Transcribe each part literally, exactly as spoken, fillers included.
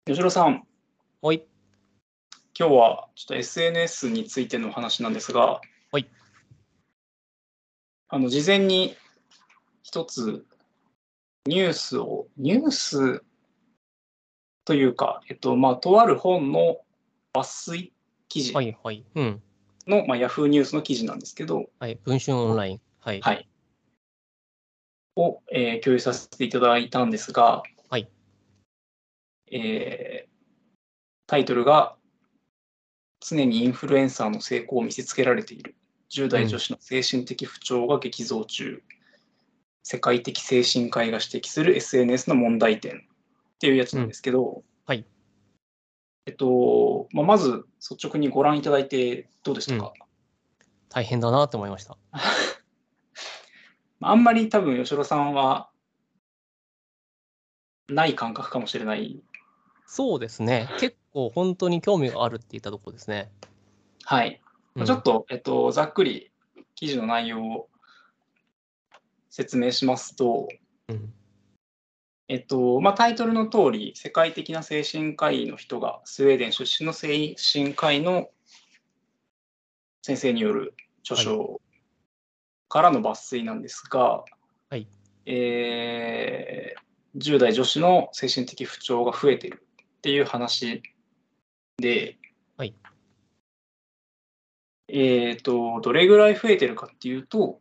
吉郎さん、 はい。 今日はちょっと エスエヌエス についてのお話なんですが、 はい。 あの事前に一つニュースを、ニュースというか、えっと、まあ、とある本の抜粋記事はい。はい。うん。 の、まあ、Yahoo ニュースの記事なんですけど、 はい。文春オンライン。はい。 はい、を、えー共有させていただいたんですが、 はい。 えータイトルが常にインフルエンサーの成功を見せつけられているじゅう代女子の精神的不調が激増中、世界的精神科医が指摘する エスエヌエス の問題点っていうやつなんでうん。 すけど、 はい。 えっと、まあ、まず率直にご覧いただいてどうでしたか？ うん。大変だなって思いました。 あんまり多分吉郎さんはない感覚かもしれない。 そうですね。結構本当に興味があるって言ったところですね。 はい。 うん。 ちょっと、えっと、ざっくり記事の内容を説明しますと、 うん。 えっとまあ、タイトルの通り、世界的な精神科医の人が、スウェーデン出身の精神科医の先生による著はい。 書からの抜粋なんですが、 はい。 えーじゅう代女子の精神的不調が増えているっていう話で、 はい。 えーと、どれぐらい増えてるかっていうと、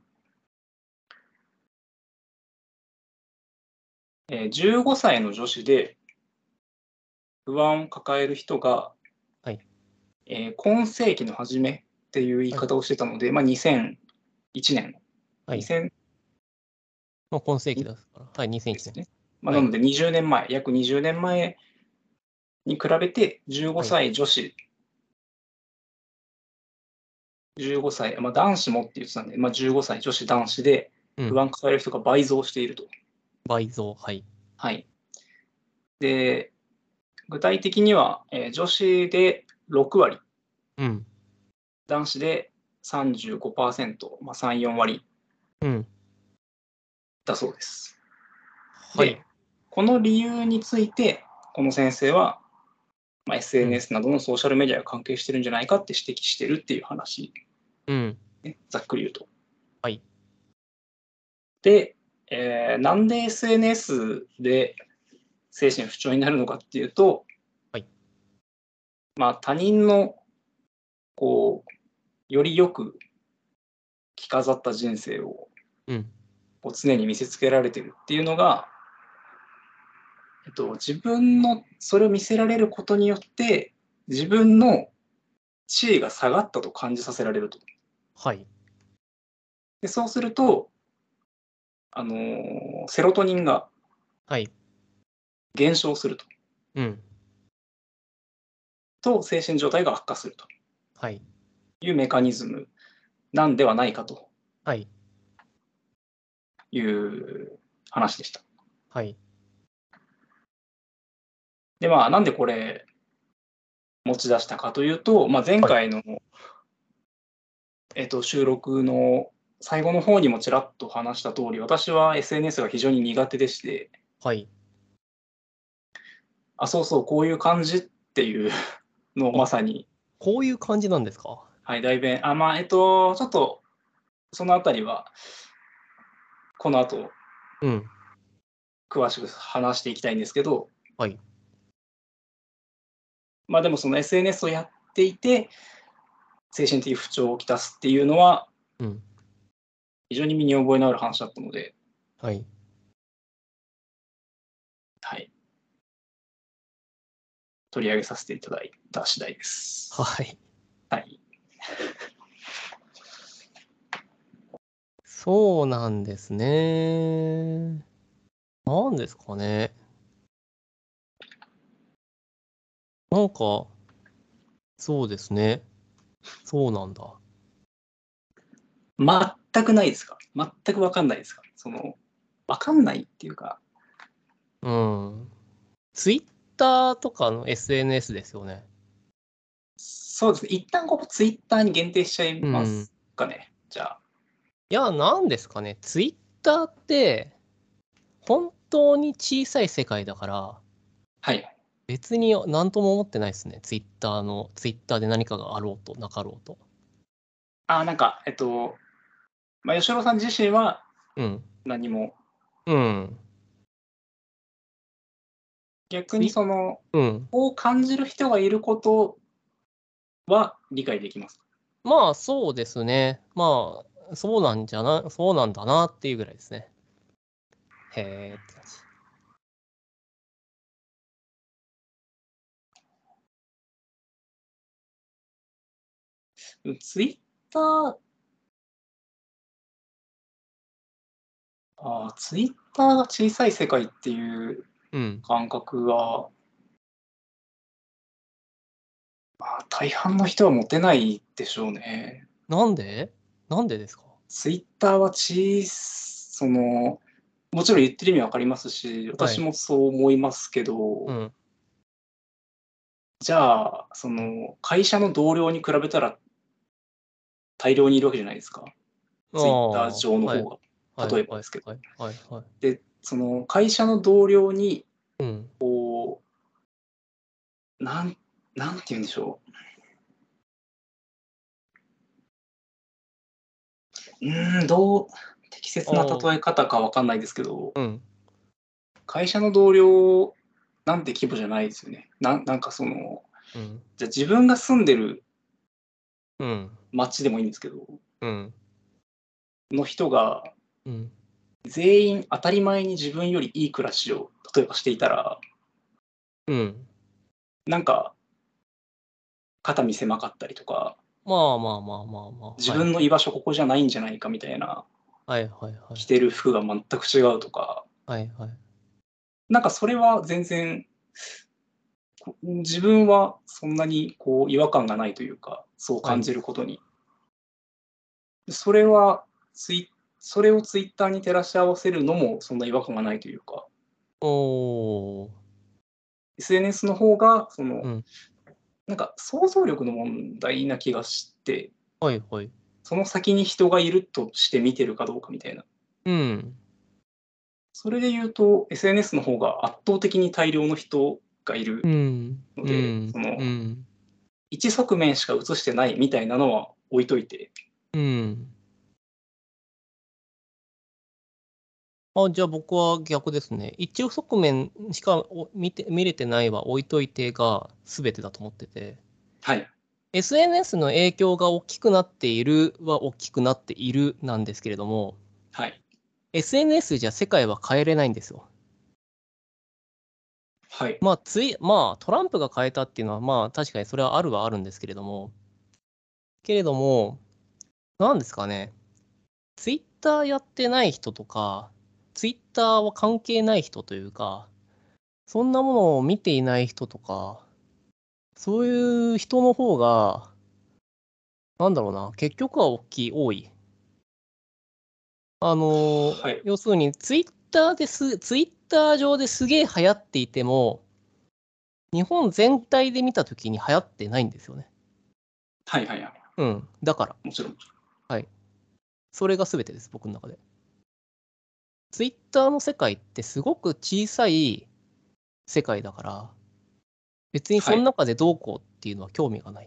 えーじゅうごさいの女子で不安を抱える人が、 はい。 えー今世紀の初めっていう言いはい。 方をしてたので、まあ、にせんいちねん、 はい。 にせんまあ、今世紀ですから。はい。にせんいちねん。 ですね。まあ、 はい。 なのでにじゅうねんまえ、約にじゅうねんまえに比べて15 はい。 歳女子、じゅうごさい、まあ、男子もって言ってたんで、まあ、じゅうごさい女子男子でうん。 不安抱える人が倍増していると。 倍増。はい。 はい。で、具体的には、えー女子でろく割、 うん。 男子でさんじゅうごパーセント、まあ、さん、よん割うん。 だそうです。 はい。 で、この理由について、この先生は、まあ、 うん。 エスエヌエス などのソーシャルメディアが関係してるんじゃないかって指摘してるっていう話、 うん。 ね、ざっくり言うと。 はい。 で、えーなんで エスエヌエス で精神不調になるのかっていうと、 はい。 まあ、他人のこうよりよく着飾った人生をうん。 こう常に見せつけられてるっていうのが、えっと、自分のそれを見せられることによって自分の地位が下がったと感じさせられると。 はい。 でそうすると、あのーセロトニンがはい。 減少すると、 うん。 と精神状態が悪化するとはい。 いうメカニズムなんではないかとはい。 いう話でした。 はい。 で、まあ、なんでこれ持ち出したかというと、まあ、前はい。 回の、えっと、収録の最後の方にもちらっと話した通り、私は エスエヌエス が非常に苦手でして、 はい。 あ、そうそう、こういう感じっていうのをまあ、 さに、 こういう感じなんですか？ はい、代弁、あ、まあ、えっと、ちょっとそのあたりは、この後、 うん。 詳しく話していきたいんですけど、 はい。 まあ、でもその エスエヌエス をやっていて、精神的不調をきたすっていうのは、 うん。 非常に身に覚えのある話だったので、 はい。 はい、取り上げさせていただいた次第です。 はい。 はい。 そうなんですね。なんですかね。なんか、そうですね。そうなんだ。 全くないですか？全く分かんないですか？その、分かんないっていうか、 うん。ツイッターとかの エスエヌエス ですよね。 そうですね、一旦ここツイッターに限定しちゃいうん。 ますかね、じゃあ。 いや、なんですかね。ツイッターって、本当に小さい世界だから、 はい。 別に何とも思ってないですね。ツイッターの、ツイッターで何かがあろうとなかろうと。 あ、なんか、えっと、まあ、吉郎さん自身はうん。 何も、 うん。 逆にツイその、 うん。 こう感じる人がいることは理解できます。 まあ、そうですね。まあ、そうなんじゃな、そうなんだなっていうぐらいですね。へえって感じ。 ツイッター、あーツイッターが小さい世界っていううん。 感覚は、まあ、大半の人は持てないでしょうね。 なんでなんでですか？ ツイッターは小その、もちろん言ってる意味わかりますし、 はい。 私もそう思いますけど、 うん。 じゃあ、その会社の同僚に比べたら大量にいるわけじゃないですか。 あツイッターあ、はい。 上の方が。 はい、はい、 例えばですけど。 はい、はい、はい。 で、その会社の同僚に、 うん。 こう、なん、なんて言うんでしょう。うーん、どう、適切なあ例え方かわかんないですけど、 あ、うん。 会社の同僚なんて規模じゃないですよね。ななんかその、 うん。 じゃあ自分が住んでるうん。 町でもいいんですけど、 うん。 の人がうん。 全員当たり前に自分よりいい暮らしを例えばしていたら、 うん。 なんか肩身狭かったりとか、 まあまあまあまあまあ。 自はい。 分の居場所ここじゃないんじゃないかみたいな、 はい、はい、はい。 着てる服が全く違うとか、 はい、はい。 なんかそれは全然、自分はそんなにこう違和感がないというか、そう感はい。 じることに。それはツイ、それをツイッターに照らし合わせるのもそんな違和感がないというか、 おー。 エスエヌエス の方が、その、 うん。 なんか想像力の問題な気がして、 はい、はい。 その先に人がいるとして見てるかどうかみたいな。 うん。 それで言うと、エスエヌエス の方が圧倒的に大量の人がいるうん。 ので、 うん。 その、 うん。 一側面しか映してないみたいなのは置いといて、 うん。あ、じゃあ僕は逆ですね。一応側面しかお見て、見れてないは置いといてが全てだと思ってて、 はい。 エスエヌエス の影響が大きくなっているは大きくなっているなんですけれども、 はい。 エスエヌエス じゃ世界は変えれないんですよ。 はい。 まあ、つい、まあ、トランプが変えたっていうのは、まあ、確かにそれはあるはあるんですけれども、けれども、なんですかね、ツイッターやってない人とか、ツイッターは関係ない人というか、そんなものを見ていない人とか、そういう人の方が、なんだろうな、結局は大きい、多い。あの、 はい。 要するに、ツイッターです、ツイッター上ですげえ流行っていても、日本全体で見たときに流行ってないんですよね。 はいはいはい。 うん。だから。 もちろん。 はい。それが全てです、僕の中で。ツイッターの世界ってすごく小さい世界だから、別にそのはい。 中でどうこうっていうのは興味がない。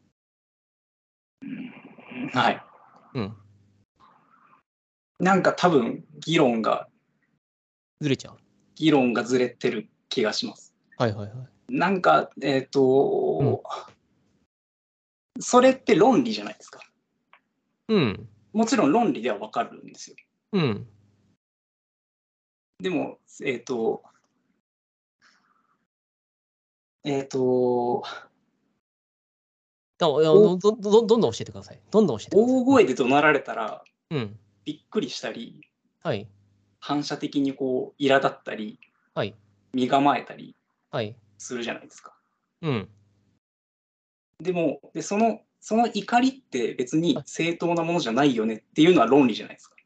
はい。 うん。 なんか多分、議論が、 ずれちゃう。 議論がずれてる気がします。 はいはいはい。 なんか、えっ、 うん。 と、それって論理じゃないですか。 うん。 もちろん論理ではわかるんですよ。 うん。 でも、えっ、と、えっ、と、 だいやおど、ど、どどんどん教えてください。どんどん教えてください。 大声で怒鳴られたらうん。うん。 びっくりしたり、 はい。 反射的にこう苛立ったり、 はい。 身構えたりはい。 するじゃないですか。 うん。 でも、でそのその怒りって別には正当なものじゃないよねっていうのは論理じゃないですか。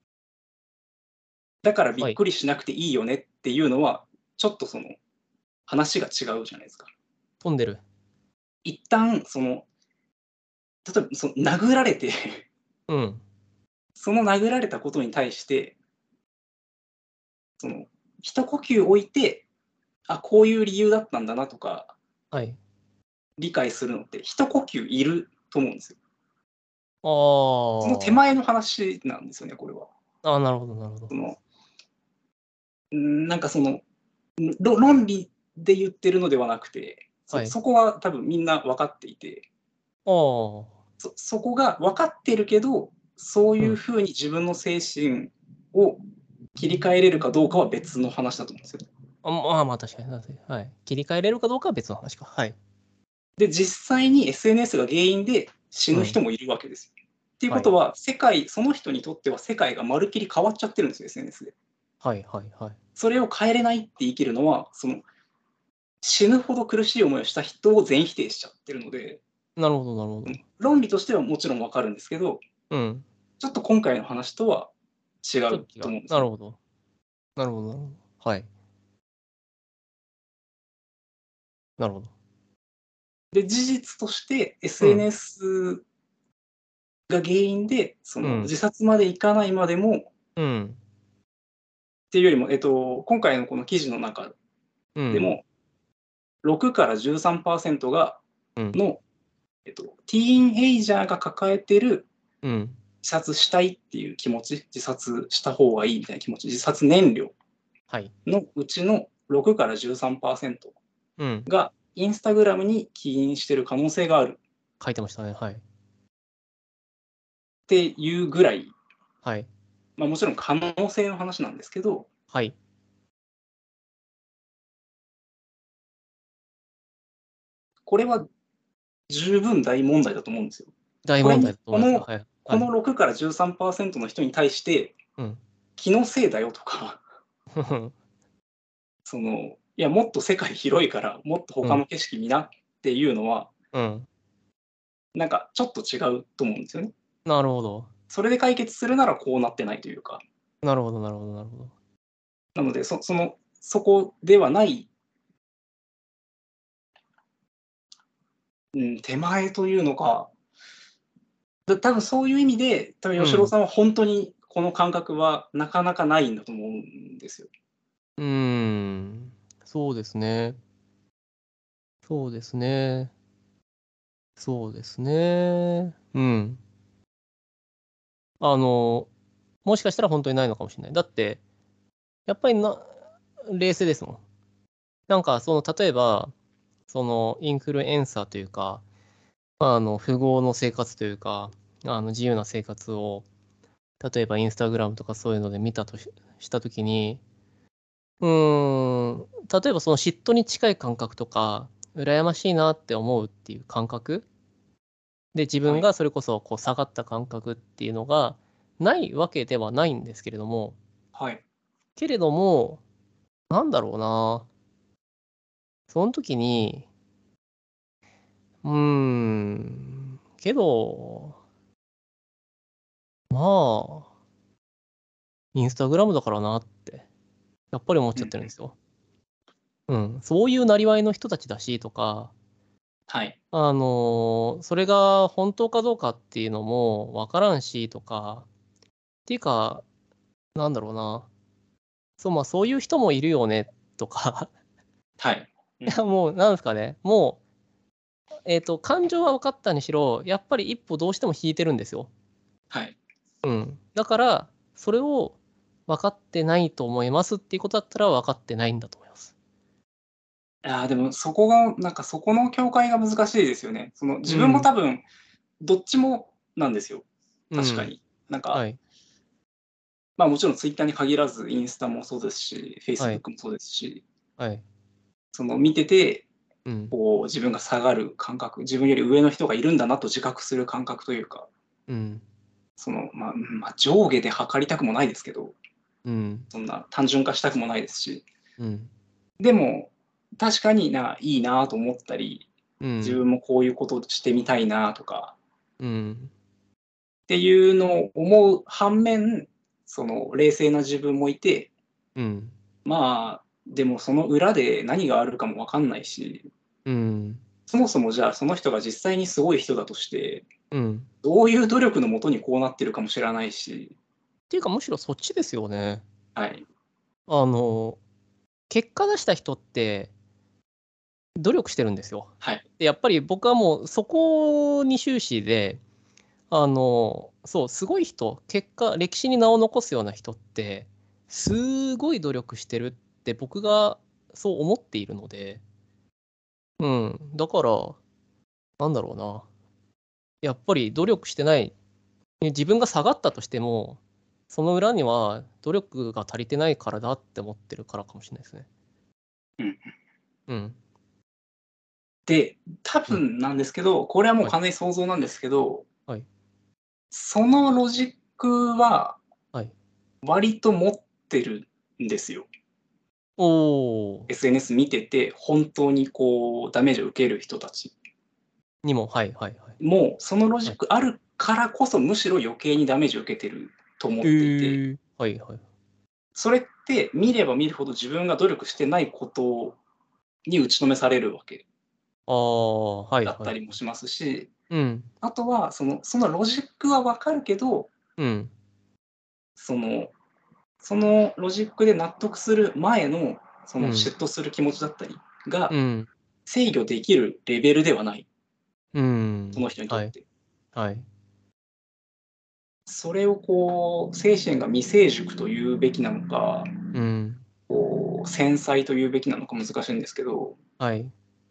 だからびはい。 っくりしなくていいよねっていうのは、ちょっとその話が違うじゃないですか。 飛んでる。 一旦その、例えばその殴られてうん。 その殴られたことに対して、その一呼吸置いて、 あ、こういう理由だったんだなとか、 はい。 理解するのって一呼吸いると思うんですよ。 あその手あ。 前の話なんですよね、これは。 ああ、なるほど、なるほど。 その、んなんかその、ろ論理で言ってるのではなくて、そはい。 そこは多分みんな分かっていて、 ああ。 そそこが分かってるけど、そういううん。 ふうに自分の精神を切り替えれるかどうかは別の話だと思うんですよ。 あ、まあまあ、確かに。確かにはい。切り替えれるかどうかは別の話か。はい。 で、実際に エスエヌエス が原因で死うん。 ぬ人もいるわけですよ。っていうはい。 ことは、世界、その人にとっては世界がまるっきり変わっちゃってるんですよ、エスエヌエス で。 はい、はい、はい。 それを変えれないって言い切るのは、その死ぬほど苦しい思いをした人を全否定しちゃってるので、 なるほど、なるほど。 論理としてはもちろんわかるんですけど、 うん。 ちょっと今回の話とは違うちょっと違う。 と思うんですね。 なるほど。なるほど、なるほど。はい。なるほど。 で、事実としてうん。 エスエヌエス が原因で、そうん。 の自殺までいかないまでも、っうん。 ていうよりも、えっと、今回のこの記事の中うん。 でも、ろくからじゅうさんパーセントがうん。 の、えっと、ティーンエイジャーが抱えてるうん。 自殺したいっていう気持ち、自殺した方がいいみたいな気持ち、自殺燃料はい。 のうちのろくからじゅうさんパーセントうん。 がインスタグラムに起因している可能性がある書いてましたね。はい。 っていうぐらい、 はい。 まあ、もちろん可能性の話なんですけど、 はい。 これは十分大問題だと思うんですよ。 大問題これに、 だと思いますよ。 この、 はい。 このはい。 ろくからじゅうさんパーセントの人に対して、 うん。 気のせいだよとか、その、いや、もっと世界広いから、もっとうん。 他の景色見なっていうのは、 うん。 なんかちょっと違うと思うんですよね。 なるほど。 それで解決するならこうなってないというか、 なるほど、なるほど、なるほど。 なのでそ、その、そこではない、うん、手前というのか、だ多分そういう意味で、多分うん。 吉郎さんは本当にこの感覚はなかなかないんだと思うんですよ。 うーん。そうですね。そうですね。そうですね。うん。あの、もしかしたら本当にないのかもしれない。だって、やっぱりな、冷静ですもん。なんか、その、例えば、その、インフルエンサーというか、あの、富豪の生活というか、あの、自由な生活を、例えばインスタグラムとかそういうので見たとし、したときに、うーん、例えばその嫉妬に近い感覚とか、羨ましいなって思うっていう感覚で、自分はい。 がそれこそこう下がった感覚っていうのがないわけではないんですけれども、 はい。 けれども、なんだろうな、その時に、うーん、けど、まあ、インスタグラムだからなって、やっぱり思っちゃっうんうん。 てるんですよ。うん、そういうなりわいの人たちだしとか、 はい。 あの、それが本当かどうかっていうのもわからんしとか、っていうか、なんだろうな、そう、まあそういう人もいるよねとか、 はい。うん。 いやもう、なんですかね、もう、えっと、感情は分かったにしろ、やっぱり一歩どうしても引いてるんですよ。 はい。 うん。だから、それを分かってないと思いますっていうことだったら分かってないんだと思います。 いや、でもそこが、なんかそこの境界が難しいですよね。その自分もうん。 多分どっちもなんですよ。 うん。 確かに。なんか、 はい。 まあもちろんツイッターに限らず、インスタもそうですし、フェイスはい。 ブックもそうですし、 はい。 その見てて、 うん。 こう自分が下がる感覚、自分より上の人がいるんだなと自覚する感覚というか、 うん。 その、まあ、まあ、上下で測りたくもないですけど、 うん。 そんな単純化したくもないですし、 うん。 でも、確かにないいなと思ったり、 うん。 自分もこういうことしてみたいなとかうん。 っていうのを思う反面、その冷静な自分もいて、 うん。 まあ、でもその裏で何があるかもわかんないし、 うん。 そもそもじゃあその人が実際にすごい人だとして、 うん。 どういう努力のもとにこうなってるかもしれないし、 っていうか、むしろそっちですよね。 はい。 あの、 結果出した人って努力してるんですよ。 はい。 でやっぱり僕はもうそこに終始で、あの、そう、すごい人、結果、歴史に名を残すような人って、すごい努力してるって僕がそう思っているので、うん、だから、なんだろうな。やっぱり努力してない、自分が下がったとしても、その裏には努力が足りてないからだって思ってるからかもしれないですね。 うん。 うん。 で、多うん。 分なんですけど、これはもうはい。 完全に想像なんですけど、 はい。 そのロジックははい。 割と持ってるんですよ。 おー。 エスエヌエス 見てて、本当にこうダメージを受ける人たちにも、はいはいはい。 も、そのロジはい。 ックあるからこそ、むしろ余計にダメージを受けてると思えっていて、 ー。はいはい。 それって見れば見るほど自分が努力してないことに打ちのめされるわけああ、はいだっはい。 たりもしますし、 うん。 あとはそのそのロジックはわかるけど、 うん。 そのそのロジックで納得する前のそのうん。 嫉妬する気持ちだったりがうん。 制御できるレベルではない、 うん。 その人にとはい。 って。 はい。 それをこう精神が未成熟というべきなのか、 うん。 こう繊細というべきなのか難しいんですけど、 はい。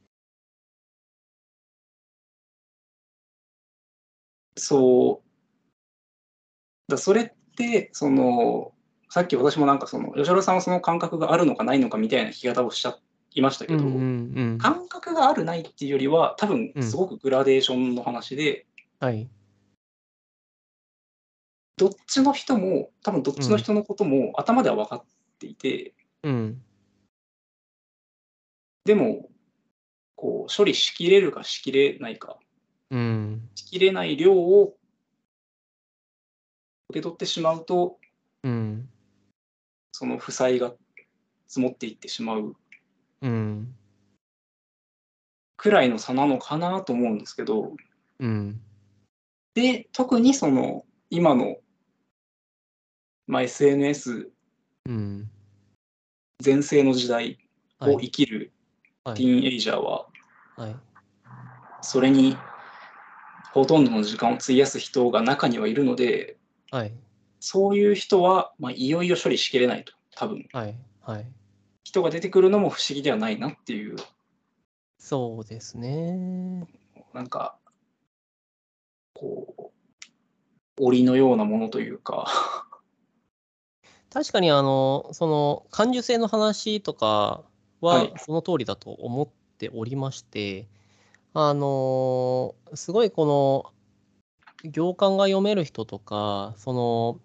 そうだそれってそのさっき私もなんかその吉原さんはその感覚があるのかないのかみたいな聞き方をしちゃいましたうんうんけど、 うん。 感覚があるないっていうよりは多分うん。 すごくグラデーションの話で、 はい。 どっちの人も多分どっうん。 ちの人のことも頭では分かっていて、 うん。 でもこう処理しきれるかしきれないか、 うん。 しきれない量を受け取ってしまうと、 うん。 その負債が積もっていってしまううん。 くらいの差なのかなと思うんですけど、 うん。 で、特にその今の、まあ、エスエヌエスうん。 全盛の時代をはい。 生きるはい。 ティーンエイジャーは、 はい。 それにほとんどの時間を費やす人が中にはいるので、 はい。 そういう人は、まあ、いよいよ処理しきれないと、多分はい。はい。 人が出てくるのも不思議ではないなっていう、 そうですね。 なんか、こう、檻のようなものというか、 確かにあの、その感受性の話とかはい、 はその通りだと思っておりまして、あの、すごいこの行間が読める人とか、その、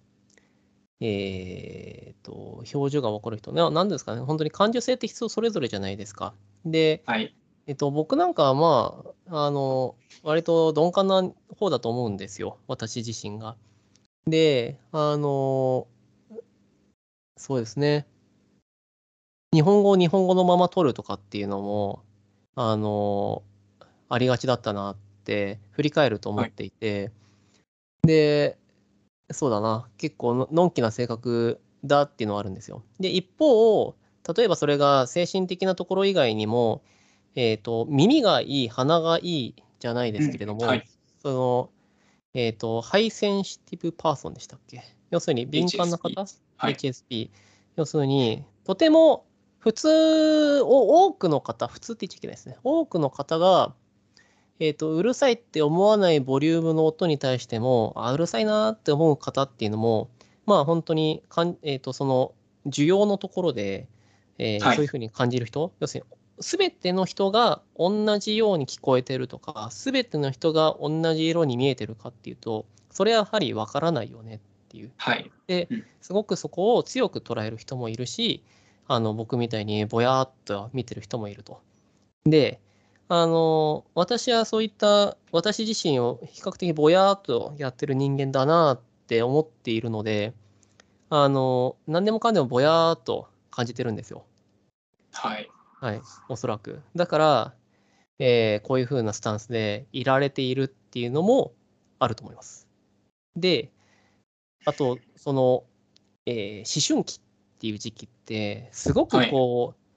えーと、表情が分かる人、ななんですかね、本当に感受性って人それぞれじゃないですか。で、 はい、 えっと、僕なんかはまあ、あの、割と鈍感な方だと思うんですよ、私自身が。で、あの、そうですね、日本語を日本語のまま取るとかっていうのも、あの、ありがちだったなって振り返ると思っはい、 ていて、で、そうだな、結構ののんきな性格だっていうのはあるんですよ。で、一方、例えばそれが精神的なところ以外にも、えっと、耳がいい、鼻がいいじゃないですけうん、 れども、 はい、 その、えっと、ハイセンシティブパーソンでしたっけ？要するに敏感なエイチエスピー で方す。はい、 エイチエスピー。要するに、とても普通を多くの方、普通って言っちゃいけないですね。多くの方が、えっと、うるさいって思わないボリュームの音に対しても、あ、うるさいなって思う方っていうのも、まあ本当にかん、えっと、その需要のところで、えーはい、 そういうふうに感じる人、要するに、すべての人が同じように聞こえてるとか、すべての人が同じ色に見えてるかっていうと、それはやはりわからないよねっていう。 はい、 で、 うん、 すごくそこを強く捉える人もいるし、あの、僕みたいにぼやーっと見てる人もいると。で、あの、私はそういった私自身を比較的ぼやーっとやってる人間だなって思っているので、あの、何でもかんでもぼやーっと感じてるんですよ。 はい、 はい、おそらく。だから、えーこういう風なスタンスでいられているっていうのもあると思います。で、あと、その、えー思春期っていう時期って、すごくはい、 こう、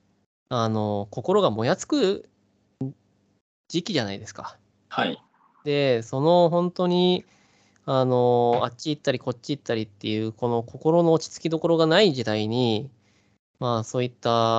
あの、心がもやつく時期じゃないですか。 はい。 で、その本当に、あの、あっち行ったりこっち行ったりっていう、この心の落ち着きどころがない時代に、まあそういった、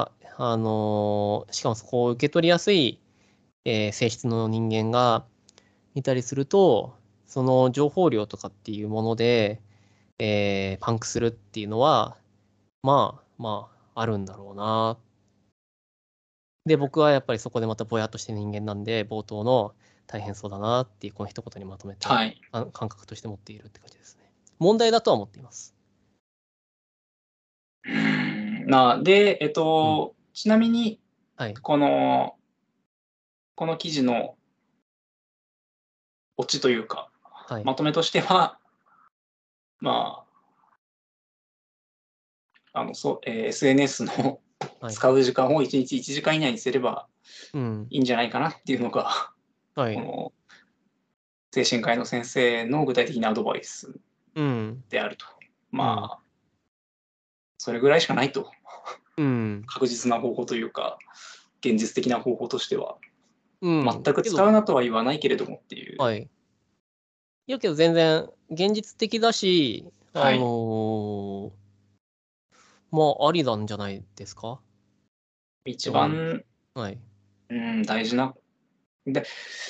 あの、しかもそこを受け取りやすい、えー性質の人間がいたりすると、その情報量とかっていうもので、えーパンクするっていうのは、まあまあ、あるんだろうな。で、僕はやっぱりそこでまたぼやっとしてる人間なんで、冒頭の大変そうだなっていう、この一言にまとめて、 はい。 あ感覚として持っているって感じですね。問題だとは思っています。 うーんまあ、で、えっうん。 と、ちなみに、 はい。 この、この記事のオチというか、 はい。 まとめとしては、まあ、あの、そう、えー エスエヌエス のはい。 使う時間をいちにちいちじかん以内にすればうん。 いいんじゃないかなっていうのが、 はい。 この精神科医の先生の具体的なアドバイスうん。 であると。 うん。 まあ、それぐらいしかないと。 うん。 確実な方法というか、現実的な方法としては。 うん。 全くけど、 使うなとは言わないけれどもっていう。 はい。いやけど全然現実的だし、あのはい。 ーまあ、ありなんじゃないですかって一思います。 番、 はい。 うん、大事な。で、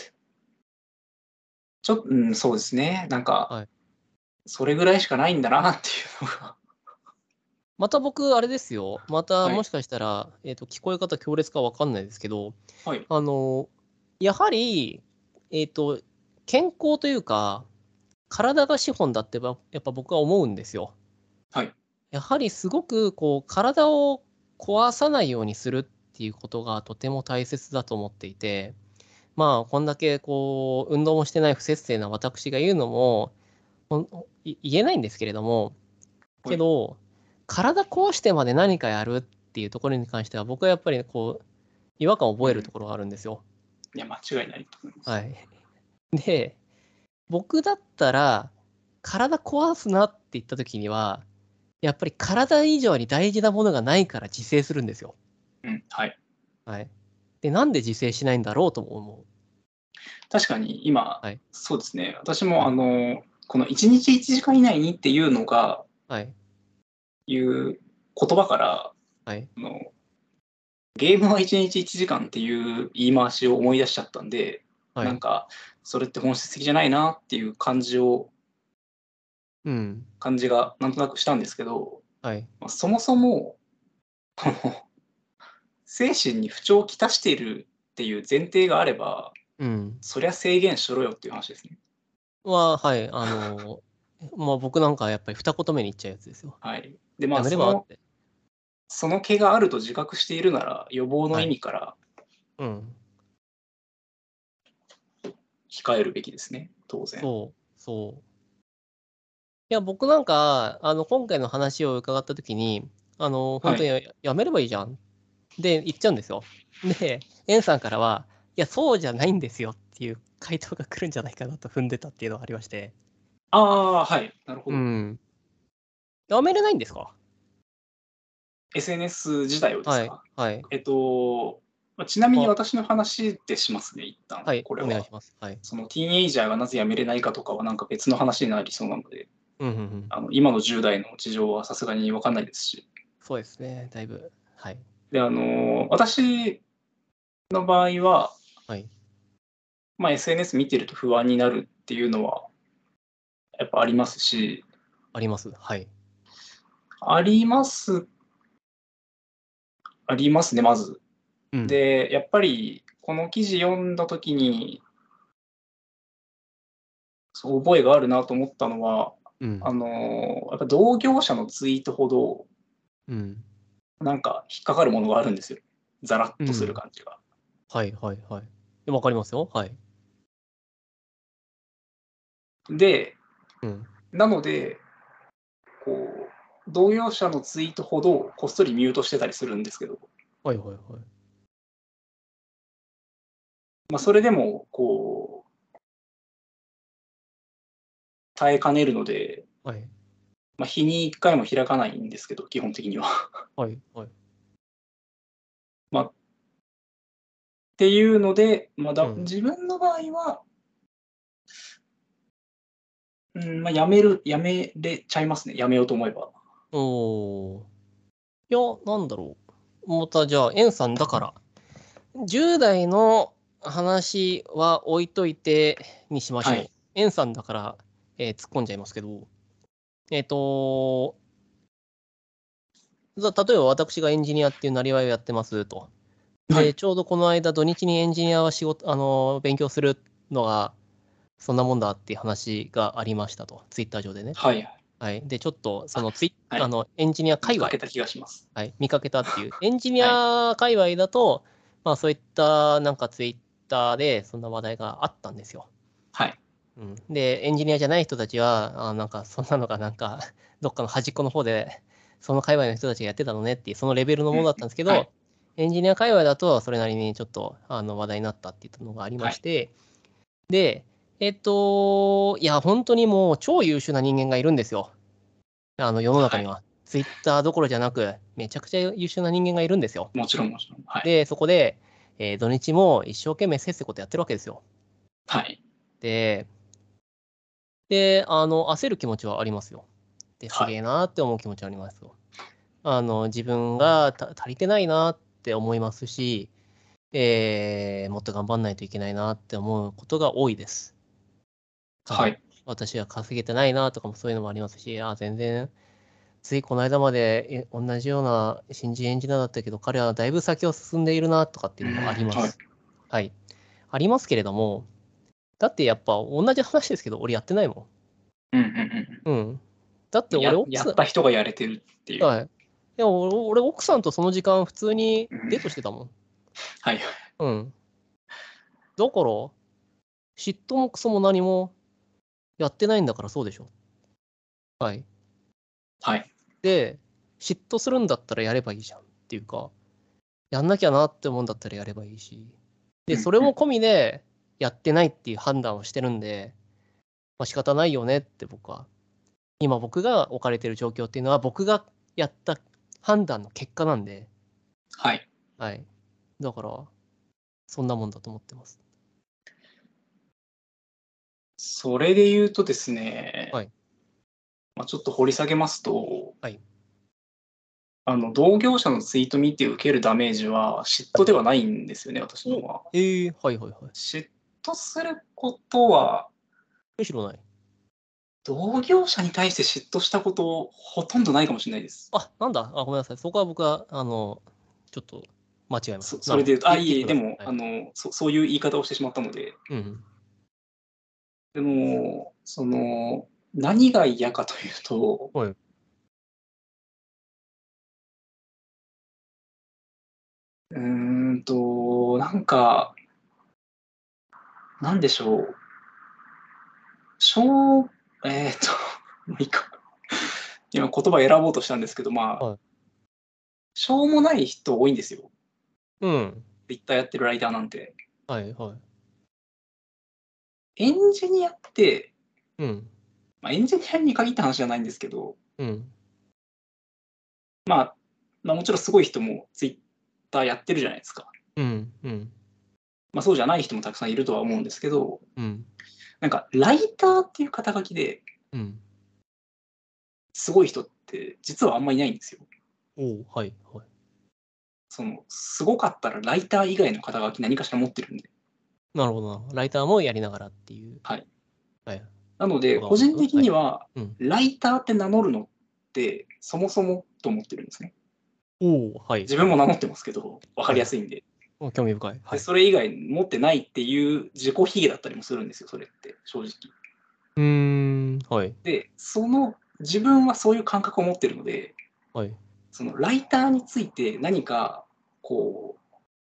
ちょっと、うん、そうですね。なんか、 はい。 それぐらいしかないんだなっていうのが。 また僕、あれですよ。また、 はい。 もしかしたら、えっと、聞こえ方強烈かわかんないですけど、 はい。 あの、やはり、えっと、健康というか、体が資本だってば、やっぱ僕は思うんですよ。 はい。 やはりすごく、こう、体を壊さないようにするっていうことがとても大切だと思っていて、まあ、こんだけ、こう、運動もしてない不摂生な私が言うのも、ほんい言えないんですけれども、 はい。 けど、体壊してまで何かやるっていうところに関しては、僕はやっぱりこう、違和感をうん。 覚えるところがあるんですよ。 いや、間違いないと思います。 はい。で、僕だったら、体壊すなって言った時には、やっぱり体以上に大事なものがないから自制するんですよ。 うん、はい。 はい。で、なんで自制しないんだろうとも思う。 確かに今、 はい。 そうですね。私も、 はい。 あの、このいちにちいちじかん以内にっていうのが、 はい。 いう言葉から、 はい。 あの、ゲームはいちにちいちじかんっていう言い回しを思い出しちゃったんで、 はい。 なんか、それって本質的じゃないなっていう感じをうん。 感じがなんとなくしたんですけど、 はい。 ま、そもそも、この、精神に不調をきたしているっていう前提があれば、 うん。 そりゃ制限しろよっていう話ですね。 は、はい。あの、まあ、僕なんかやっぱり二言目に言っちゃうやつですよ。 はい。で、まあ、 やめれそのばって。 その気があると自覚しているなら、予防のはい。 意味からうん。 控えるべきですね、当然。 そう、そう。いや、僕なんか、あの、今回の話を伺ったときに、あの、本はい。 当にややめればいいじゃんで言っちゃうんですよ。で、エンさんからは、いや、そうじゃないんですよっていう回答が来るんじゃないかなと踏んでたっていうのがありまして。 ああ、はい、なるほど。 うん。やめれないんですか？ エスエヌエス 自体をですはい、 か？ はい。 えっと、ま、ちなみにあ、 私の話でしますね、一旦、 はい、 これは。 お願いします。はい。 そのティーンエイジャーがなぜ辞めれないかとかはなんか別の話になりそうなので、 うん、うんうん。 あの、今のじゅう代の事情はさすがに分かんないですし。 そうですね、だいぶ。はい、 で、あの、私の場合は、 はい。 ま、エスエヌエス 見てると不安になるっていうのはやっぱありますし、 あります。はい。 ありますありますね、まず。 うん、 で、やっぱりこの記事読んだ時に、そう、覚えがあるなと思ったのは、あうん、 の、やっぱ同業者のツイートほど、 うん、 なんか引っかかるものがあるんですよ。ざらっとするうん。 感じが。 はい、はい、はい。わかりますよ。はい。 で、 うん。 なので、こう、同業者のツイートほどこっそりミュートしてたりするんですけど、 はいはいはい。 ま、それでもこう、耐えかねるので、 はい。 ま、日にいっかいも開かないんですけど、基本的には。 はいはい。 まていうので、まあだうん。 自分の場合は、うん、まあ、辞める辞めれちゃいますね、辞めようと思えば。 おお。いや、なんだろう。またじゃあ、エンさんだから、じゅう代の話は置いといてにしましょう。 はい。 エンさんだから、えー突っ込んじゃいますけど、えっ、と、ざ例えば私がエンジニアっていうなりわいをやってますと。で、 はい。 ちょうどこの間、土日にエンジニアは仕事、あの、勉強するのが、そんなもんだっていう話がありましたと、ツイッター上でね。 はい。 はい。で、ちょっと、そあ、 のツイはい。 あの、エンジニア界隈、 見かけた気がします。 はい、見かけたっていう。エンジニはい。 ア界隈だと、まあそういったなんかツイッターでそんな話題があったんですよ。 はい。 うん、で、エンジニアじゃない人たちは、あなんかそんなのがなんか、どっかの端っこの方で、その界隈の人たちがやってたのねっていう、そのレベルのうん。 ものだったんですけはい。 ど、エンジニア界隈だとそれなりにちょっとあの話題になったっていうのがありはい。 まして、で、えっと、いや、本当にもう超優秀な人間がいるんですよ。あの世の中はい。 には。ツイッターどころじゃなく、めちゃくちゃ優秀な人間がいるんですよ。 もちろんもちろん。はい。 で、そこで、えー土日も一生懸命せっせことやってるわけですよ。 はい。 で、で、あの、焦る気持ちはありますよ。で、すはい。 げえなーって思う気持ちはありますよ。あの、自分がた足りてないなって思いますし、えーもっと頑張んないといけないなって思うことが多いです。はい。 はい。 私は稼げてないなとかもそういうのもありますし、あ、全然、ついこの間までえ同じような新人エンジニアだったけど、彼はだいぶ先を進んでいるなとかっていうのもありまはい。 す。はい。ありますけれども、だってやっぱ同じ話ですけど、俺やってないもうんうんうんん。うん。だってうん。やや俺奥さん、 った人がやれてるっていう。 はい。いや、俺、俺奥さんとその時間普通にうん。 デートしてたもん。 はい。 うん。だから、嫉妬もクソも何もやってないんだからそうでしょ。はい。 はい。 で、嫉妬するんだったらやればいいじゃんっていうか、やんなきゃなって思うんだったらやればいいし。で、 うんうん。 それも込みでやってないっていう判断をしてるんで、まあ仕方ないよねって僕は。今僕が置かれてる状況っていうのは僕がやった判断の結果なんで、 はい。 はい。だから、そんなもんだと思ってます。 それで言うとですね、 はい。 まあ、ちょっと掘り下げますと、 はい。 あの、同業者のツイート見て受けるダメージは嫉妬ではないんですよね、私のお、 方は。 ええはいはいはい。 嫉妬することは、 むしろない。 同業者に対して嫉妬したことほとんどないかもしれないです。 あ、なんだ。あ、ごめんなさい。そこは僕は、あの、ちょっと間違えましそた。なるほど。 それで言うと、あ、 いいえいえ、 言ってください。 でも、 はい。 あの、そそういう言い方をしてしまったので、 うん。 でも、その、何が嫌かというと、 はい。 うーんと、なんか、なんでしょう。しょうえっと、もういいか。今言葉選ぼうとしたんですけど、まあ、 はい。 しょうもない人多いんですよ。 うん。 Twitter やってるライターなんて。 はいはい。 エンジニアって、 うん。 まあ、エンジニアに限った話じゃないんですけど、 うん。 まあ、まあ、もちろんすごい人も Twitter やってるじゃないですか。 うん。うん。 まあ、そうじゃない人もたくさんいるとは思うんですけど、 うん。 なんかライターっていう肩書きでうん。 すごい人って実はあんまいないんですよ。 おうはいはい。 そのすごかったらライター以外の肩書き何かしら持ってるんで。 なるほどなるほど。ライターもやりながらっていう。 はい。 はい。 なので、 わか個人りますはい。 的には、 うん。 ライターって名乗るのってそもそもと思ってるんですね。 おおはい自分はい。 も名乗ってますけど、分かはい。 りやすいんで。 お興味深い。はで、 い。 それ以外持ってないっていう自己卑下だったりもするんですよ、それって、正直。 うーん。はい。 で、その自分はそういう感覚を持ってるので、 はい。 そのライターについて何かこう、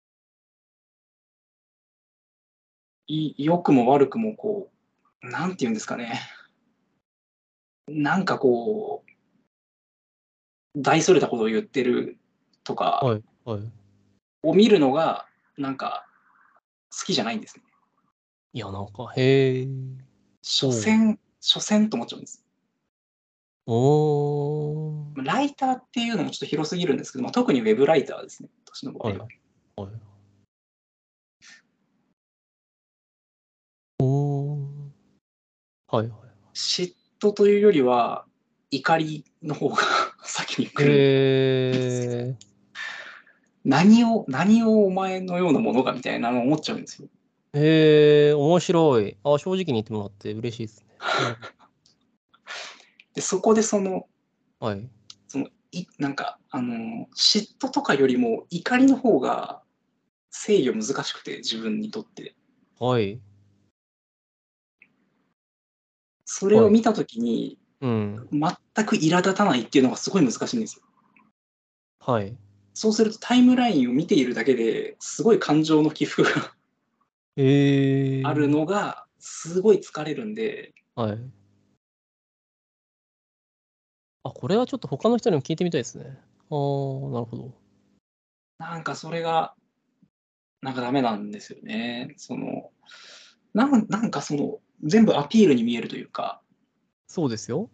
い良くも悪くもこう、なんて言うんですかね、なんかこう、大それたことを言ってるとかはい。はい。 を見るのが、なんか好きじゃないんですね。 いや、なんか、へえ。 所おう。 詮、所詮と思っちゃうんです。 おー。 ライターっていうのもちょっと広すぎるんですけど、まあ、特にウェブライターですね、私の場合は。 はい。はい。 はいはい。 嫉妬というよりは、怒りの方が先に来る。 へえ。 何を、何をお前のようなものがみたいなのを思っちゃうんですよ。 へえ、面白い。あ、正直に言ってもらって嬉しいですね。なるほで、そこでその、 ど。はい。 そのいなんか、あの、嫉妬とかよりも怒りの方が制御難しくて、自分にとって。 はい。 それはい。 を見たときに、 うん。 全く苛立たないっていうのがすごい難しいんですよ。 はい。 そうするとタイムラインを見ているだけですごい感情の起伏があるへえ。 のがすごい疲れるんで、 はい。あ、これはちょっと他の人にも聞いてみたいですね。ああ、なるほど。 なんかそれが、なんかダメなんですよね。その、なんなんかその、全部アピールに見えるというか、 そうですよ。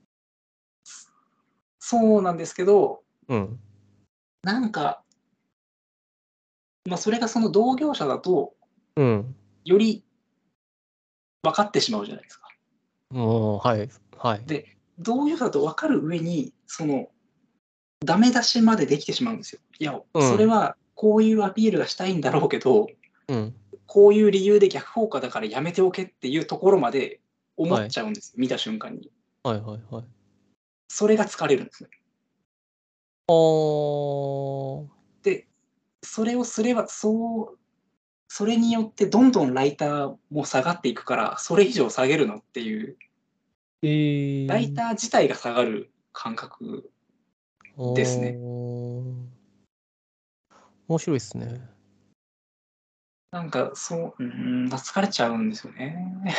そうなんですけど、 うん。 なんか、まあ、それがその同業者だと、 うん。 より分かってしまうじゃないですか。 もう、はい。はい。 で、同業者だと分かる上に、その、ダメ出しまでできてしまうんですよ。いや、 うん。 それはこういうアピールがしたいんだろうけど、 うん。 こういう理由で逆効果だからやめておけっていうところまで思っはい。 ちゃうんですよ、見た瞬間に。 はいはいはい。 それが疲れるんですね。 ああ。 で、それをすれば、そう、それによってどんどんライターも下がっていくから、それ以上下げるのっていう、 えライー。 ター自体が下がる感覚あですね。 あ。面白いっすね。 なんか、そう、うーん、疲れちゃうんですよね。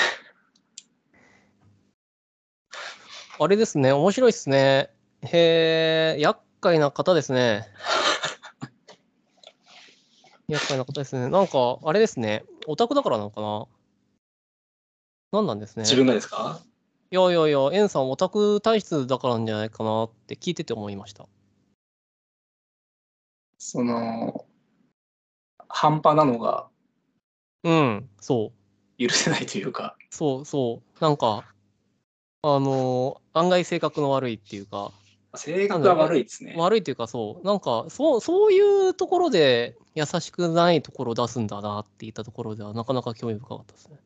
あれですね、面白いっすね。へえ、厄介な方ですね。厄介な方ですね。なんか、あれですね、オタクだからなのかな。なんなんですね。 自分がですか？ いやいやいや、エンさんオタク体質だからなんじゃないかなって聞いてて思いました。 その、半端なのがうん、そう。 許せないというか、 そうそう。なんか、あのー案外性格の悪いっていうか、 性格はなんだろう、いや、 悪いですね。 悪いっていうかそう、なんか、そう、そういうところで優しくないところを出すんだなって言ったところでは、なかなか興味深かったですね。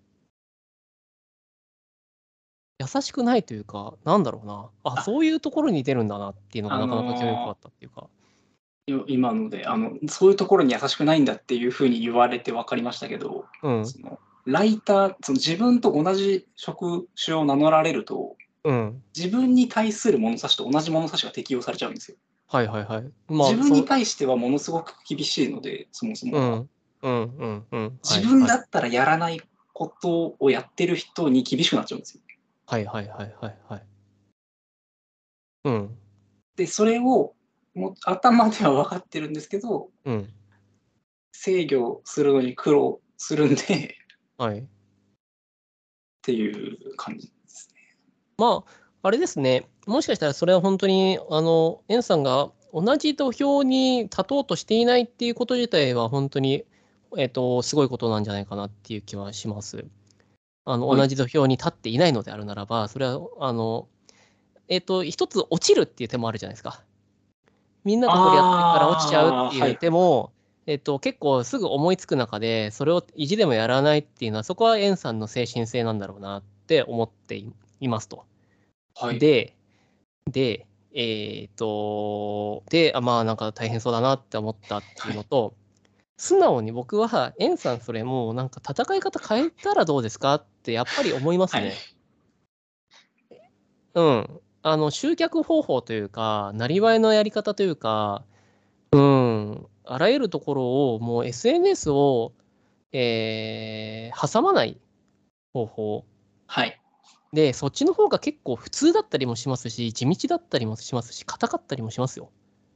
優しくないというか、なんだろうな。あ、 あ、 そういうところに出るんだなっていうのがあなかなか興味深かのったっていうか。 ー今ので、あの、そういうところに優しくないんだっていうふうに言われて分かりましたけど、 うん、 そのライター、その自分と同じ職種を名乗られると、 うん。 自分に対する物差しと同じ物差しが適用されちゃうんですよ。 はいはいはい。まあ、 自分にそう、 対してはものすごく厳しいので、そもそもが。 うん、うん、うん、うん。は自いはい。 分だったらやらないことをやってる人に厳しくなっちゃうんですよ。 はいはいはいはいはい。うん、 で、それをもう頭では分かってるんですけど、 うん。 制御するのに苦労するんではい。 っていう感じですね。 まあ、あれですね。もしかしたらそれは本当に、あの、エンさんが同じ土俵に立とうとしていないっていうこと自体は本当に、えっと、すごいことなんじゃないかなっていう気はします。あの、 はい。 同じ土俵に立っていないのであるならば、それは、あの、えっと、一つ落ちるっていう手もあるじゃないですか。みんながこれやってるから落ちちゃうっああ、 ていうはい。 手も、えっと、結構すぐ思いつく中で、それを意地でもやらないっていうのは、そこはエンさんの精神性なんだろうなって思っていますと。 はい。 で、で、えっと、で、あ、まあなんか大変そうだなって思ったってはい。 いうのと、素直に僕は、エンさんそれもうなんか戦い方変えたらどうですかってやっぱり思いますはい。 ね。うん。あの、集客方法というか、なりわいのやり方というか、うん、あらゆるところを、もう エスエヌエス を、えー挟まない方法。 はい。 で、そっちの方が結構普通だったりもしますし、地道だったりもしますし、硬かったりもしますよ。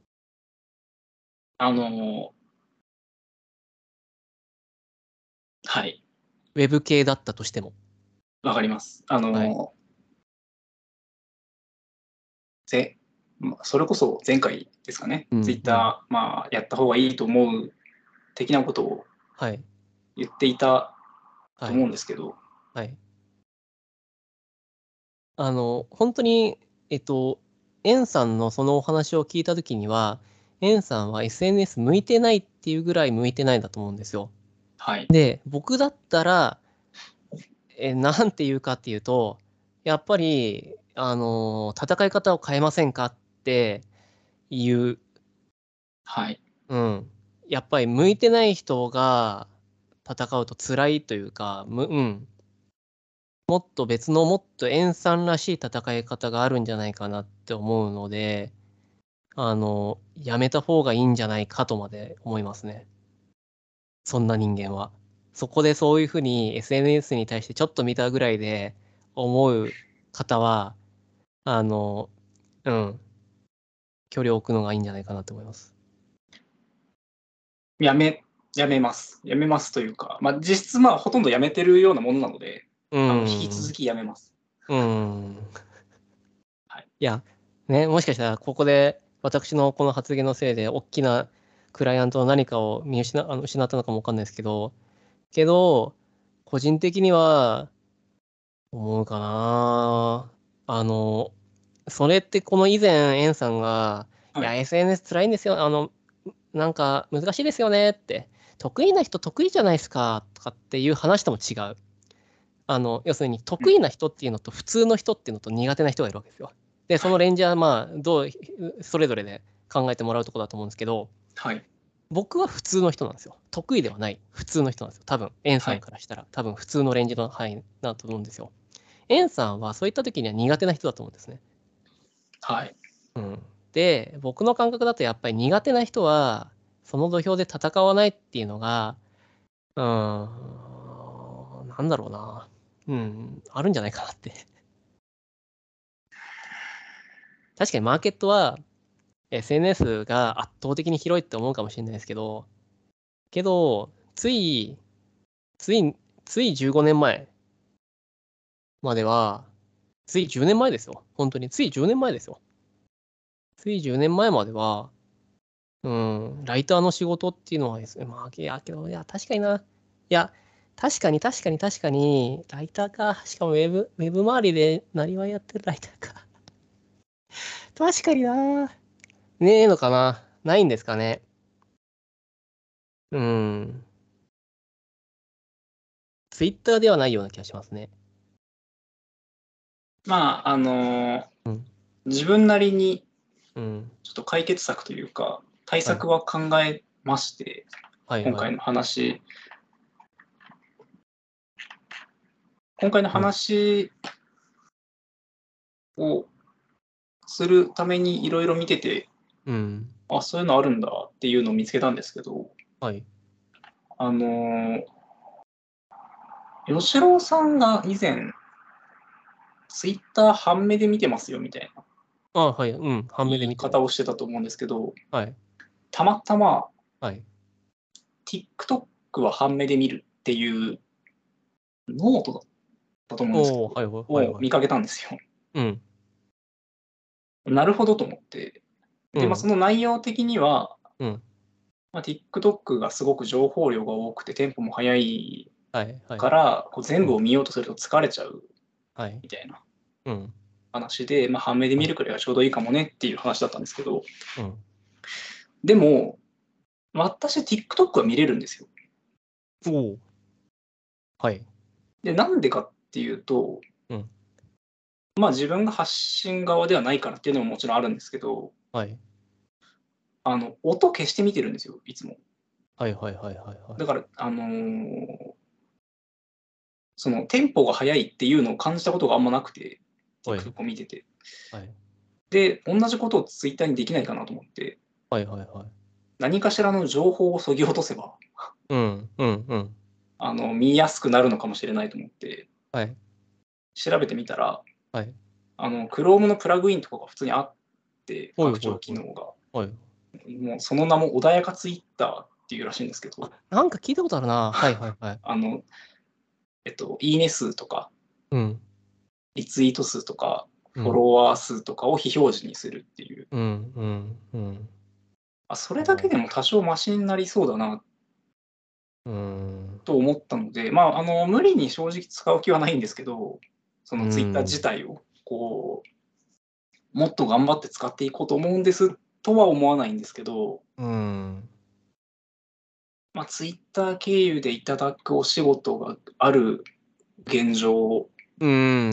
あの、はい。 ウェブ系だったとしても。 わかります。あはい。 の、ぜ、それこそ前回ですかね。 うん、うん。 ツイッター、まあ、やった方がいいと思う的なことをはい。 言っていたとはい。 思うんですけど、 はい。 あの、本当に、えっと、エンさんのそのお話を聞いたときには、エンさんは エスエヌエス 向いてないっていうぐらい向いてないんだと思うんですよ。 はい。 で、僕だったら、え、なんて言うかっていうと、やっぱり、あの、戦い方を変えませんかっていう、 はい。 うん。やっぱり向いてない人が戦うと辛いというか、む、うん。もっと別のもっとエンさんらしい戦い方があるんじゃないかなって思うので、あの、やめた方がいいんじゃないかとまで思いますね。そんな人間は。そこでそういうふうに エスエヌエス に対してちょっと見たぐらいで思う方は、あの、うん、距離を置くのがいいんじゃないかなと思います。 やめ、やめます。やめますというか、まあ、実質、まあ、ほとんどやめてるようなものなので、 うあの引きん、 続きやめます。 うん。 はい。 いや、ね、もしかしたらここで私のこの発言のせいで大きなクライアントの何かを見失、あの失ったのかもわかんないですけど、けど、個人的には思うかな。あの、それってこの以前、エンさんが、いや、 はい。 エスエヌエス 辛いんですよ。あの、なんか難しいですよねって。得意な人得意じゃないですかとかっていう話とも違う。あの、要するにうん。 得意な人っていうのと普通の人っていうのと苦手な人がいるわけですよ。で、そはい。 のレンジはまあ、どう、それぞれで考えてもらうところだと思うんですけど、 はい。 僕は普通の人なんですよ。得意ではない普通の人なんですよ。多分、エンさはい。 んからしたら多分普通のレンジの範囲だと思うんですよ。エンさんはそういった時には苦手な人だと思うんですね。 はい。 うん。で、僕の感覚だとやっぱり苦手な人は、その土俵で戦わないっていうのが、うーん、なんだろうな。うん、あるんじゃないかなって。確かにマーケットは エスエヌエス が圧倒的に広いって思うかもしれないですけど、けど、つい、つい、ついじゅうごねんまえまでは、ついじゅうねんまえですよ。本当に。ついじゅうねんまえですよ。ついじゅうねんまえまでは、うん、ライターの仕事っていうのはですね、まあ、いや、けど、いや、確かにな。いや、確かに確かに確かに、ライターか。しかもウェブ、ウェブ周りで何はやってるライターか。確かにな。ねえのかな。ないんですかね。うん。ツイッターではないような気がしますね。 まあ、あのうん。 自分なりにうん。 ちょっと解決策というか、対はい。 策は考えまして、 はいはい。 今回の話、今回のうん。 話をするためにいろいろ見てて、 うん。 あ、そういうのあるんだっていうのを見つけたんですけど、 はい。 あの吉郎さんが以前、ツイッター半目で見てますよみたいなあ、はい。うん。半言目で見てる。 い方をしてたと思うんですけど、 はい。 たまたまはい。 TikTok は半目で見るっていうノートだったと思うんですけおー、はいど、 はいはいはい。 を見かけたんですよ。 うん。 なるほどと思って。で、まあ、そうん。 の内容的には、 うん。 まあ、TikTok がすごく情報量が多くて、テンポも速いはいはい。 から、こう全うん。 部を見ようとすると疲れちゃうはい。 みたいなうん。 話で、まあ、半目ではい。 見るくらいがちょうどいいかもねっていう話だったんですけど、 うん。 でも、私、TikTok は見れるんですよ。 おお。はい。 で、なんでかっていうと、 うん。 まあ自分が発信側ではないからっていうのももちろんあるんですけど、 はい。 あの、音消して見てるんですよ、いつも。 はいはいはいはいはい。 だから、あのーそのテンポが速いっていうのを感じたことがあんまなくて、 はい。 TikTok を見てて。 はい。 で、同じことを Twitter にできないかなと思って、 はいはいはい。 何かしらの情報を削ぎ落とせば、 うん。うんうん。 あの、見やすくなるのかもしれないと思って、 はい。 調べてみたら、 はい。 あの、Chrome のプラグインとかが普通にあって、 ほい拡張ほいほい。 機能が。 はい。 もうその名も穏やか Twitter っていうらしいんですけあ、 ど、 なんか聞いたことあるな。はいはいはい。 あの、えっと、いいね数とか、 うん。 リツイート数とか、フォうん。 ロワー数とかを非表示にするっていう。 うん。うん。うん。 あ、それだけでも多少マシになりそうだなうん。 と思ったので、まあ、あの、無理に正直使う気はないんですけど、そうのツイッター自ん。 体をこうもっと頑張って使っていこうと思うんですとは思わないんですけど、 うん。 まあ、ツイッター経由でいただくお仕事がある現状、 うん、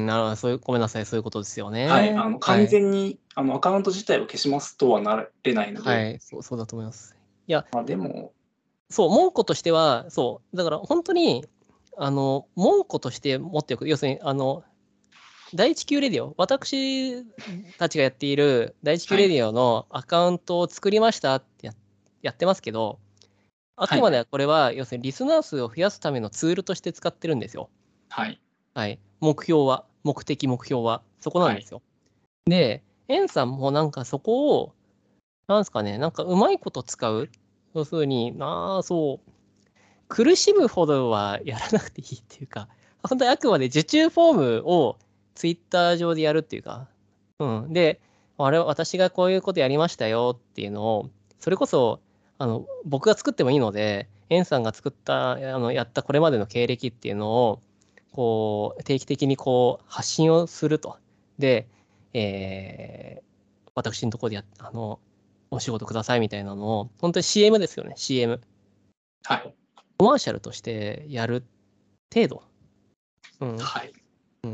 なるほど、そういう、ごめんなさい、そういうことですよはい、 ね。 あの完はい。 全にあのアカウント自体を消しますとはなれないので、 はい、そう、そうだと思います。いや、 まあ、でも、 そう、門戸としては、そう、だから本当に、あの、門戸として持っておく、要するに、あの、第一級レディオ、私たちがやっている第一級はい、 レディオのアカウントを作りましたってややってますけど、あくはい、 までこれは、要するにリスナー数を増やすためのツールとして使ってるんですよ。 はい、 はい。目標は、目的、目標は、そこなはい、 んですよ。で、エンさんもなんかそこを、なんですかね、なんかうまいこと使う。要するに、なあ、そう、苦しむほどはやらなくていいっていうか、本当にあくまで受注フォームをツイッター上でやるっていうか、うん。で、あれ、私がこういうことやりましたよっていうのを、それこそ、あの、僕が作ってもいいので、エンさんが作った、あの、やったこれまでの経歴っていうのを、こう、定期的にこう、発信をすると。で、えー私のところでやっ、あの、お仕事くださいみたいなのを、本当に シーエム ですよね、シーエム。 はい、 コマーシャルとしてやる程度。うん。 はい。 うん。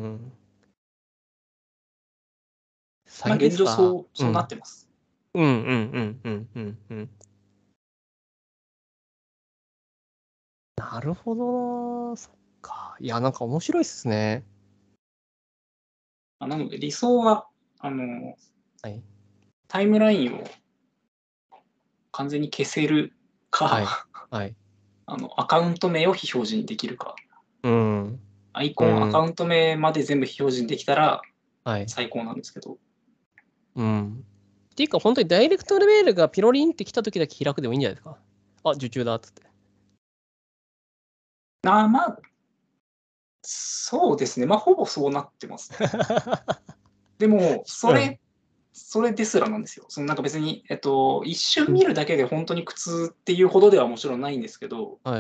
まあ、 最で現状すか。 そう、そうなっうん。 てます。 うんうんうんうんうんうん。なるほどな。そっか。いや、なんか面白いっすね。 まあなので理想はあのはい。 タイムラインを完全に消せるはい。 か、 はい。 あのアカウント名を非表示にできるか、 うん。 アイコン、アカうん。 ウント名まで全部非表示にできたらはい。 最高なんですけど、 うん。っていうか、本当にダイレクトメールがピロリンって来た時だけ開くでもいいんじゃないですか。あ、受注だっつって。 あまあ、そうですね、まあ、ほぼそうなってますね。でも、そうん。 れ、それですらなんですよ。そのなんか別に、えっと、一瞬見るだけで本当に苦痛っていうほどではもちろんないんですけど、 はい。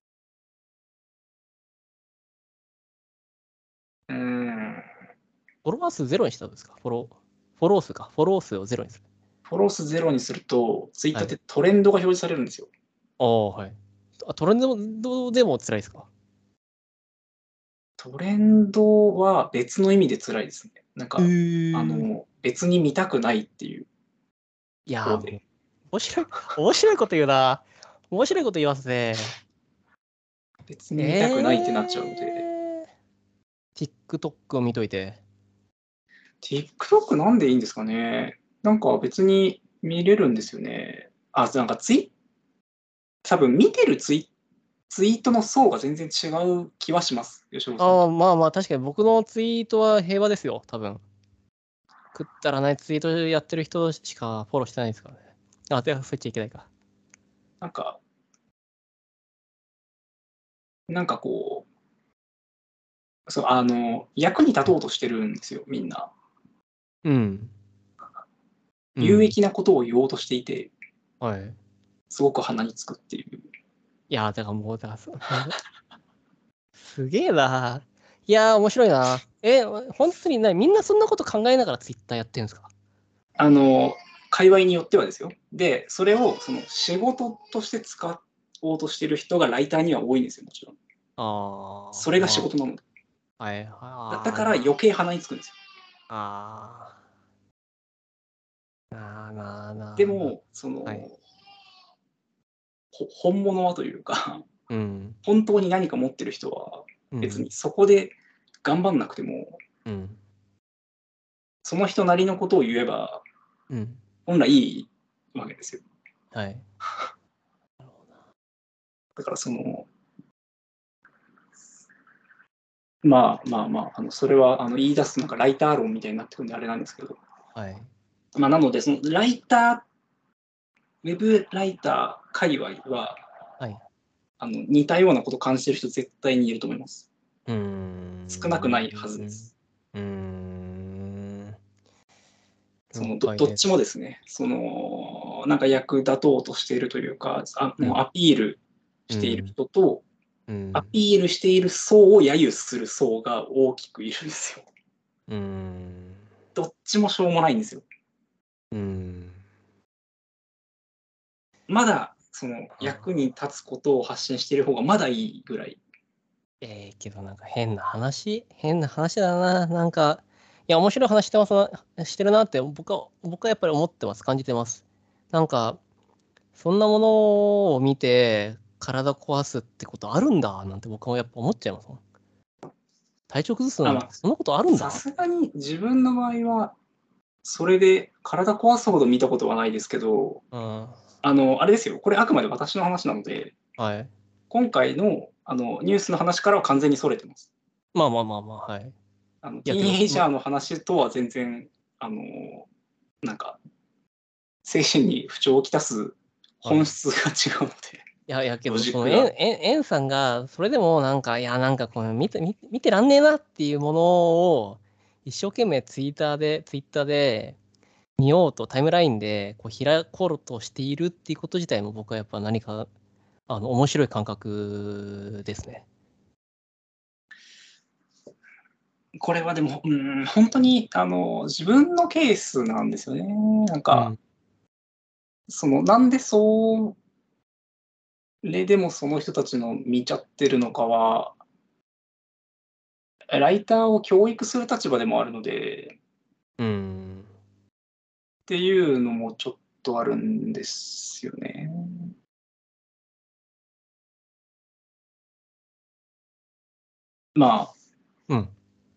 うーん、 フォロワー数ゼロにしたんですか。フォロー、フォロー数か。フォロー数をゼロにする。 フォロー数ゼロにすると、ツイッターっはい。 てトレンドが表示されるんですよ。 ああ、はい。あ、トレンドでも辛いですか。 トレンドは別の意味で辛いですね。なんえか、あー、 の、別に見たくないっていういやー、もう、 方で、 面白い、面白いこと言うな。面白いこと言いますね。 別に見たくないってなっちゃうので、 えー、TikTok を見といて。 TikTok なんでいいんですかね。なんか別に見れるんですよね。あ、なんかツイ多分見てるツイツイートの層が全然違う気はします、吉野さんああ、 と。 まあまあ、確かに僕のツイートは平和ですよ、多分。食ったらないツイートやってる人しかフォローしてないですからね。あ、で、そう言っちゃいけないか。 なんか、なんかこう、そう、あの、役に立とうとしてるんですよ、みんな。 うん。うん。 有益なことを言おうとしていて、 はい。 すごく鼻につくっていう。 いやー、だからもう、だからそ、すげえな。いやー、面白いな。え、本当にな、みんなそんなこと考えながらツイッターやってるんですか。 あの、界隈によってはですよ。で、それをその仕事として使おうとしてる人がライターには多いんですよ、もちろん。 ああ、 それが仕ま事なので。 あ、はい、 だだあーから余計鼻につくんですよ。 あー、なあなあなあなでも、その、 あ。はい。 ほ本物はというか、 うん、 本当に何か持ってる人は、 うん、 別にそこで頑張んなくても、 うん、 その人なりのことを言えば、 うん。 本来いいわけですよ。 はい。 だからその、まあまあまあ、あのそれはあの言い出すとなんかライター論みたいになってくるんであれなんですけど、 はい。 まあ、なので、そのライター、ウェブライター界隈は、 はい。 あの似たようなことを感じてる人絶対にいると思います。 うー少なくないん。 はずです。 うーん。了そのどどっち解です。 もですね、そのなんか役立とうとしているというか、あうん。 のアピールしているうん。 人と、 うん。 アピールしている層を揶揄する層が大きくいるんですよ。 うーん。 どっちもしょうもないんですよ。 うーん。 まだそのあ役に立つことを発信している方がまだいいぐらい。 ええけどなんか変な話変な話だな。なんか、いや、面白い話してますなしてるなって僕は僕はやっぱり思ってます。感じてます。なんか、そんなものを見て、体壊すってことあるんだなんて僕はやっぱ思っちゃいますもん。体調崩すあ、 なんまあ、 てそんなことあるんさだ。 すがに自分の場合は、それで体壊すほど見たことはないですけど、 うん。 あの、あれですよ、これあくまで私の話なので、 はい。 今回のあのニュースの話からは完全にそれてます。 まあまあまあまあ、はい。 あのいやけど、 ティーンエイジャま、 ーの話とは全然、あの、なんか、精神に不調をきたすはい。 本質が違うので、 いやいやけロど、その、 ジックが。 エンエンエンさんが、それでもなんか、いや、なんかこの見て見て見てらんねえなっていうものを、一生懸命ツイッターでツイッターで見ようと、タイムラインでこう開こうとしているっていうこと自体も、僕はやっぱ何か、あの、面白い感覚ですね。 これはでも、うん、本当にあの自分のケースなんですよね。なんか、 うん。 その、なんでそれでもその人たちの見ちゃってるのかは、ライターを教育する立場でもあるので、 うーん。 っていうのもちょっとあるんですよね。まあ、 うん。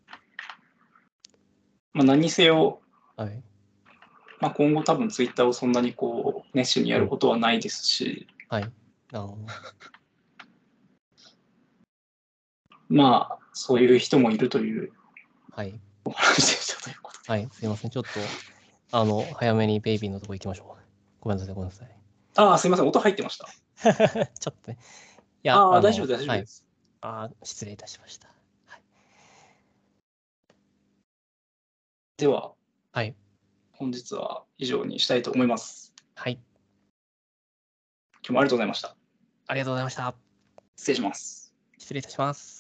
まあ、何にせよ、 はい。 まあ、今後多分ツイッターをそんなにこう熱心にやうん。 ることはないですし、 はい。あの、 まあ、そういう人もいるというはい。 お話でしたということで。 はい。すいません。ちょっと、あの、早めにベイビーのとこ行きましょう。ごめんなさい、ごめんなさい。 ああ、すいません、音入ってました。 ちょっとね。いや、 ああ、大丈夫、 あの、はい。 大丈夫です。 あー失礼いたしました。はい。 では、 はい。 本日は以上にしたいと思います。 はい。 今日もありがとうございました。 ありがとうございました。 失礼します。 失礼いたします。